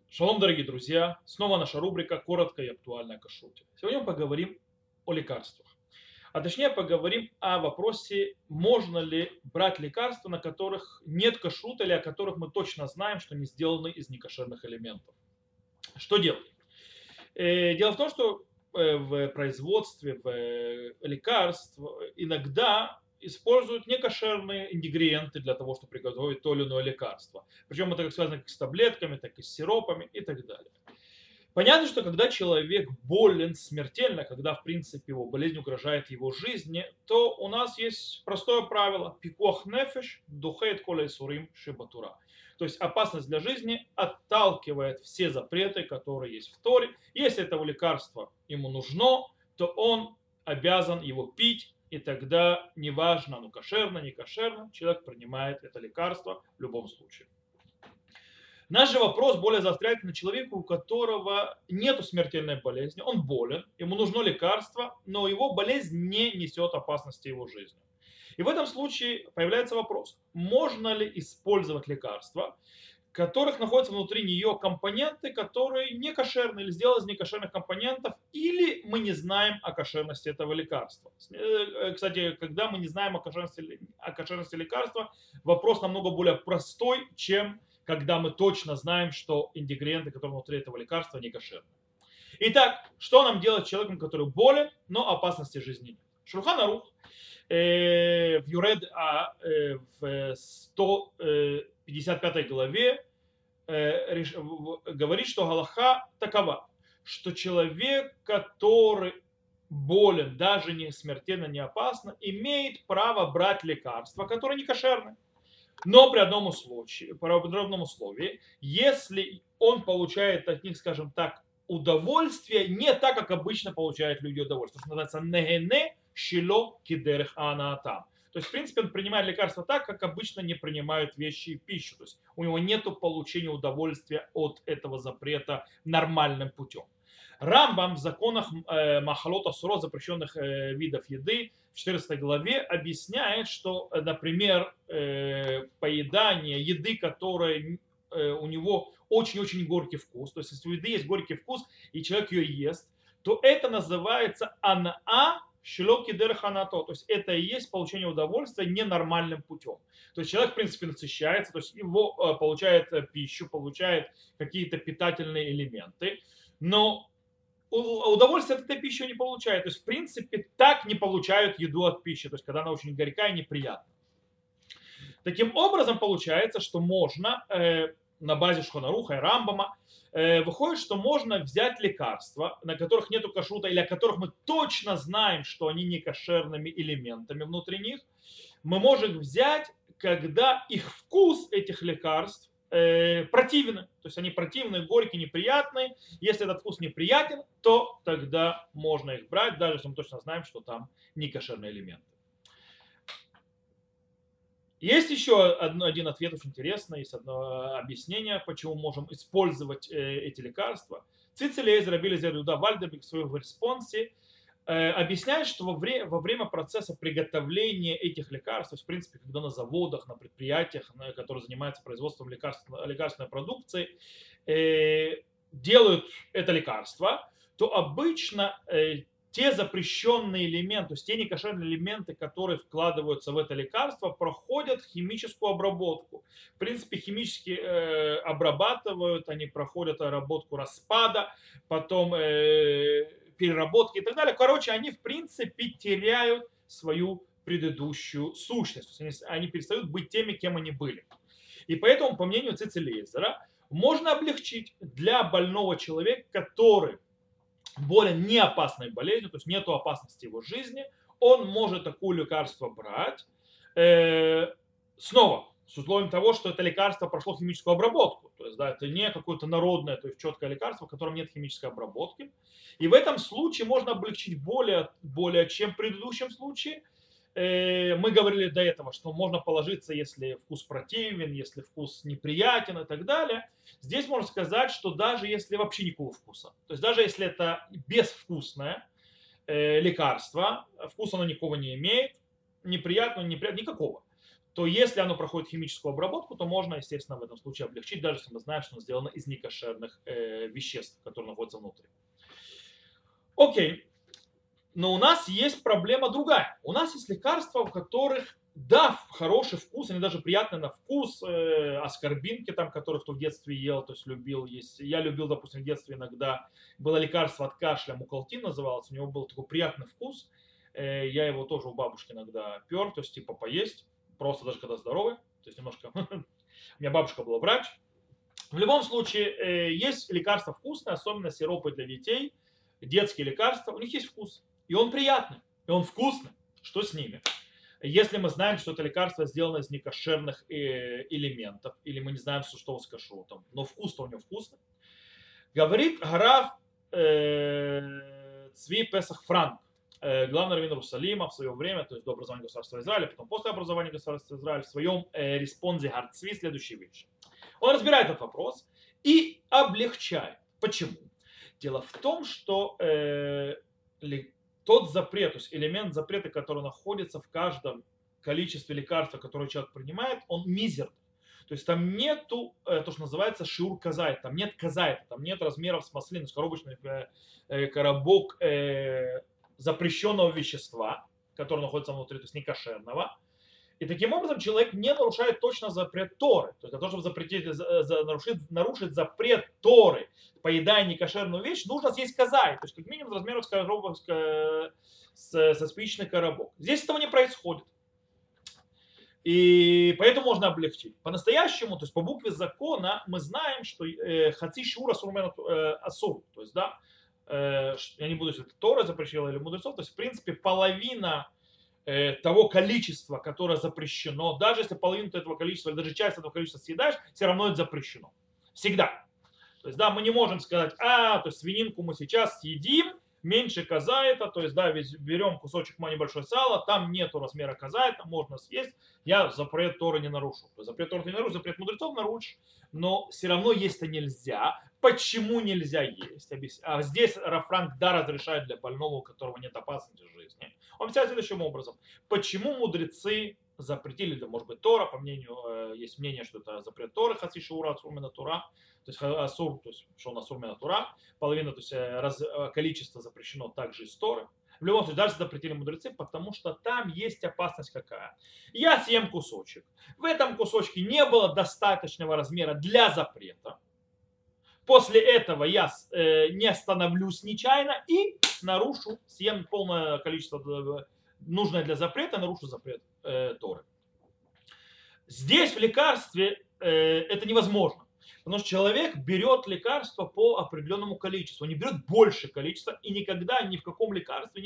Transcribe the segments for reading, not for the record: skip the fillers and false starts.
Шалом, дорогие друзья! Снова наша рубрика «Коротко и актуально о кашруте». Сегодня мы поговорим о лекарствах. А точнее поговорим о вопросе, можно ли брать лекарства, на которых нет кашрута или о которых мы точно знаем, что они сделаны из некошерных элементов. Что делать? Дело в том, что в производстве лекарств иногда используют некошерные ингредиенты для того, чтобы приготовить то или иное лекарство. Причем это как связано как с таблетками, так и с сиропами и так далее. Понятно, что когда человек болен смертельно, когда, в принципе, его болезнь угрожает его жизни, то у нас есть простое правило. Пикуах нефеш духает коля сурим шибатура. То есть опасность для жизни отталкивает все запреты, которые есть в Торе. Если этого лекарства ему нужно, то он обязан его пить, и тогда неважно, оно кошерно, не кошерно, человек принимает это лекарство в любом случае. Наш же вопрос более заостряется на человека, у которого нет смертельной болезни, он болен, ему нужно лекарство, но его болезнь не несет опасности его жизни. И в этом случае появляется вопрос, можно ли использовать лекарства, в которых находятся внутри нее компоненты, которые не кошерны или сделаны из некошерных компонентов, или мы не знаем о кошерности этого лекарства. Кстати, когда мы не знаем о кошерности лекарства, вопрос намного более простой, чем когда мы точно знаем, что ингредиенты, которые внутри этого лекарства, не кошерны. Итак, что нам делать с человеком, который болен, но опасности жизни нет? Шульхан Арух в Юред в 155 главе говорит, что галаха такова, что человек, который болен, даже не смертельно, не опасно, имеет право брать лекарства, которые не кошерны. Но при одном условии, если он получает от них, скажем так, удовольствие, не так, как обычно получают люди удовольствие, что называется негене шило кидерех анаатам. То есть, в принципе, он принимает лекарства так, как обычно не принимают вещи и пищу. То есть у него нет получения удовольствия от этого запрета нормальным путем. Рамбам в законах Махалот Асуро, запрещенных видов еды, в 14 главе объясняет, что, например, поедание еды, которая у него очень-очень горький вкус, то есть если у еды есть горький вкус, и человек ее ест, то это называется анаа шилоки дерханато, то есть это и есть получение удовольствия ненормальным путем. То есть человек, в принципе, насыщается, то есть его получает пищу, получает какие-то питательные элементы, но удовольствие от этой пищи не получает. То есть, в принципе, так не получают еду от пищи, то есть, когда она очень горькая и неприятная. Таким образом, получается, что можно на базе Шхонаруха и Рамбама выходит, что можно взять лекарства, на которых нету кашрута или о которых мы точно знаем, что они не кошерными элементами внутри них. Мы можем взять, когда их вкус этих лекарств противны. То есть они противные, горькие, неприятные. Если этот вкус неприятен, то тогда можно их брать, даже если мы точно знаем, что там не кошерные элементы. Есть еще один ответ очень интересный, есть одно объяснение, почему можем использовать эти лекарства. Цицелейз, Рабби Зерюда Вальдербек в своем респонсе объясняет, что во время процесса приготовления этих лекарств, то есть, в принципе, когда на заводах, на предприятиях, которые занимаются производством лекарственной продукции, делают это лекарство, то обычно те запрещенные элементы, то есть те некошерные элементы, которые вкладываются в это лекарство, проходят химическую обработку. В принципе, химически обрабатывают, они проходят обработку распада, потом переработки и так далее. Короче, они, в принципе, теряют свою предыдущую сущность. То есть они перестают быть теми, кем они были. И поэтому, по мнению Цицелейзера, можно облегчить для больного человека, который более неопасной болезнью, то есть нет опасности его жизни, он может такое лекарство брать, снова с условием того, что это лекарство прошло химическую обработку. То есть, да, это не какое-то народное, то есть четкое лекарство, в котором нет химической обработки. И в этом случае можно облегчить более чем в предыдущем случае. Мы говорили до этого, что можно положиться, если вкус противен, если вкус неприятен и так далее. Здесь можно сказать, что даже если вообще никакого вкуса, то есть даже если это безвкусное лекарство, вкуса оно никакого не имеет, неприятного, неприятного, никакого, то если оно проходит химическую обработку, то можно, естественно, в этом случае облегчить, даже если мы знаем, что оно сделано из некошерных веществ, которые находятся внутри. Окей. Но у нас есть проблема другая. У нас есть лекарства, у которых, да, хороший вкус, они даже приятные на вкус, аскорбинки, там, которых кто в детстве ел, то есть любил есть. Я любил, допустим, в детстве иногда было лекарство от кашля, мукалтин называлось, у него был такой приятный вкус. Я его тоже у бабушки иногда пер, то есть типа поесть, просто даже когда здоровый, то есть немножко... У меня бабушка была врач. В любом случае, есть лекарства вкусные, особенно сиропы для детей, детские лекарства, у них есть вкус. И он приятный, и он вкусный. Что с ними? Если мы знаем, что это лекарство сделано из некошерных элементов, или мы не знаем, что с кашрутом, но вкус-то у него вкусный, говорит Гараф Цви Песах Франк, главный раввин Иерусалима в свое время, то есть до образования государства Израиля, потом после образования государства Израиля, в своем респонзе Гарцви следующие вещи. Он разбирает этот вопрос и облегчает. Почему? Дело в том, что тот запрет, то есть элемент запрета, который находится в каждом количестве лекарства, которое человек принимает, он мизерный. То есть там нету то, что называется шиур казайт, там нет казайта, там нет размеров с маслин, с коробочный коробок запрещенного вещества, которое находится внутри, то есть некошерного. И таким образом человек не нарушает точно запрет Торы. То есть для того, чтобы нарушить запрет Торы, поедая некошерную вещь, нужно съесть казай. То есть как минимум размером со спичечный коробок. Здесь этого не происходит. И поэтому можно облегчить. По-настоящему, то есть по букве закона, мы знаем, что хаци шура асур. То есть, да, я не буду, если это Тора запрещила или мудрецов, то есть, в принципе, половина того количества, которое запрещено, даже если половину этого количества или даже часть этого количества съедаешь, все равно это запрещено. Всегда. То есть, да, мы не можем сказать, то есть свининку мы сейчас съедим, меньше казаета, то есть, да, берем кусочек небольшой сала, там нету размера казаета, можно съесть, я запрет Торы не нарушу. Запрет Торы не нарушу, запрет мудрецов нарушишь, но все равно есть-то нельзя. Почему нельзя есть? А здесь Рафранк разрешает для больного, у которого нет опасности в жизни. Он объясняет следующим образом. Почему мудрецы запретили, да, может быть, Тора, по мнению, есть мнение, что это запрет Торы, хаци шаура, асур мина Тора, то есть асур, то есть что он асур мина Тора, половина, то есть количество запрещено также из Торы. В любом случае, даже запретили мудрецы, потому что там есть опасность какая. Я съем кусочек. В этом кусочке не было достаточного размера для запрета. После этого я не остановлюсь нечаянно и нарушу, съем полное количество нужное для запрета, нарушу запрет Торы. Здесь в лекарстве это невозможно. Потому что человек берет лекарство по определенному количеству, не берет больше количества, и никогда ни в каком лекарстве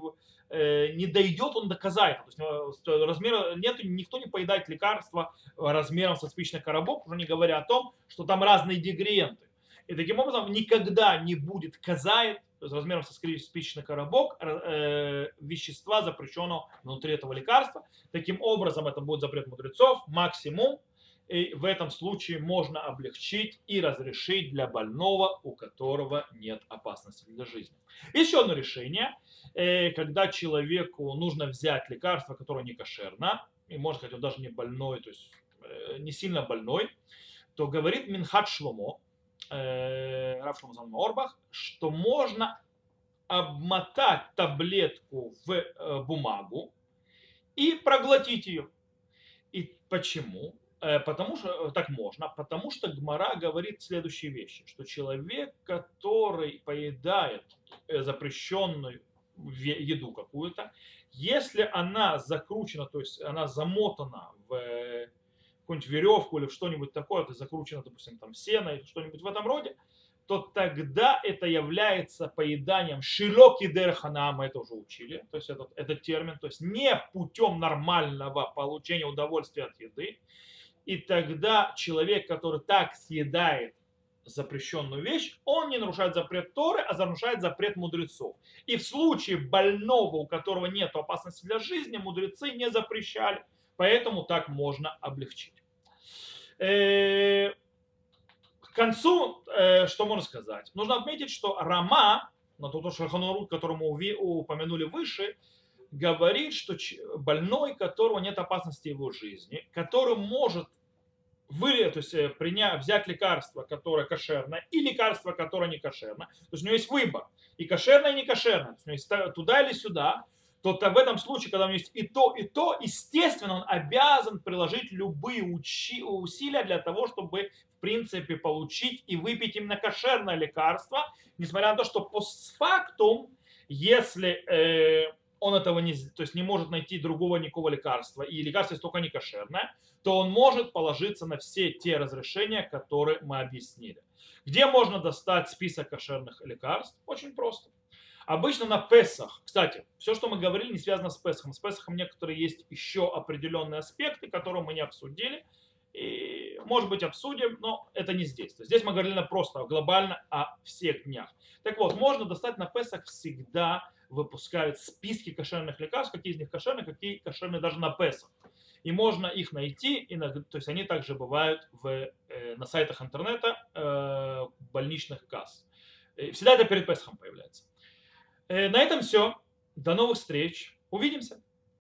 не дойдет он до казайта. То есть размера нету, никто не поедает лекарство размером со спичечный коробок, уже не говоря о том, что там разные ингредиенты. И таким образом никогда не будет казайт, то есть размером со спичечный коробок, вещества, запрещенного внутри этого лекарства. Таким образом это будет запрет мудрецов, максимум. И в этом случае можно облегчить и разрешить для больного, у которого нет опасности для жизни. Еще одно решение, когда человеку нужно взять лекарство, которое не кошерно, и может быть он даже не больной, то есть не сильно больной, то говорит Минхат Шломо, Рав Шломо Залман Орбах, что можно обмотать таблетку в бумагу и проглотить ее. И почему? Потому что так можно, потому что Гмара говорит следующие вещи, что человек, который поедает запрещенную еду какую-то, если она закручена, то есть она замотана в какую-нибудь веревку или в что-нибудь такое, то есть закручена, допустим, там в сено или что-нибудь в этом роде, то тогда это является поеданием широки дерхана, мы это уже учили, то есть этот термин, то есть не путем нормального получения удовольствия от еды. И тогда человек, который так съедает запрещенную вещь, он не нарушает запрет Торы, а нарушает запрет мудрецов. И в случае больного, у которого нет опасности для жизни, мудрецы не запрещали. Поэтому так можно облегчить. К концу, что можно сказать? Нужно отметить, что Рама, на тот Шульхан Арух, который мы упомянули выше, говорит, что больной, которого нет опасности в его жизни, который может то есть взять лекарство, которое кошерное, и лекарство, которое не кошерное, то есть у него есть выбор, и кошерное, и не кошерное, то есть у него есть туда или сюда, то в этом случае, когда у него есть и то, естественно, он обязан приложить любые усилия для того, чтобы, в принципе, получить и выпить именно кошерное лекарство, несмотря на то, что постфактум, если он этого не, то есть не может найти другого никакого лекарства, и лекарство есть только не кошерное, то он может положиться на все те разрешения, которые мы объяснили. Где можно достать список кошерных лекарств? Очень просто. Обычно на Песах. Кстати, все, что мы говорили, не связано с Песахом. С Песахом некоторые есть еще определенные аспекты, которые мы не обсудили. И, может быть, обсудим, но это не здесь. То есть здесь мы говорили просто глобально о всех днях. Так вот, можно достать на Песах всегда выпускают списки кошерных лекарств, какие из них кошерные, какие кошерные даже на Песах. И можно их найти, то есть они также бывают на сайтах интернета больничных касс. Всегда это перед Песхом появляется. На этом все. До новых встреч. Увидимся.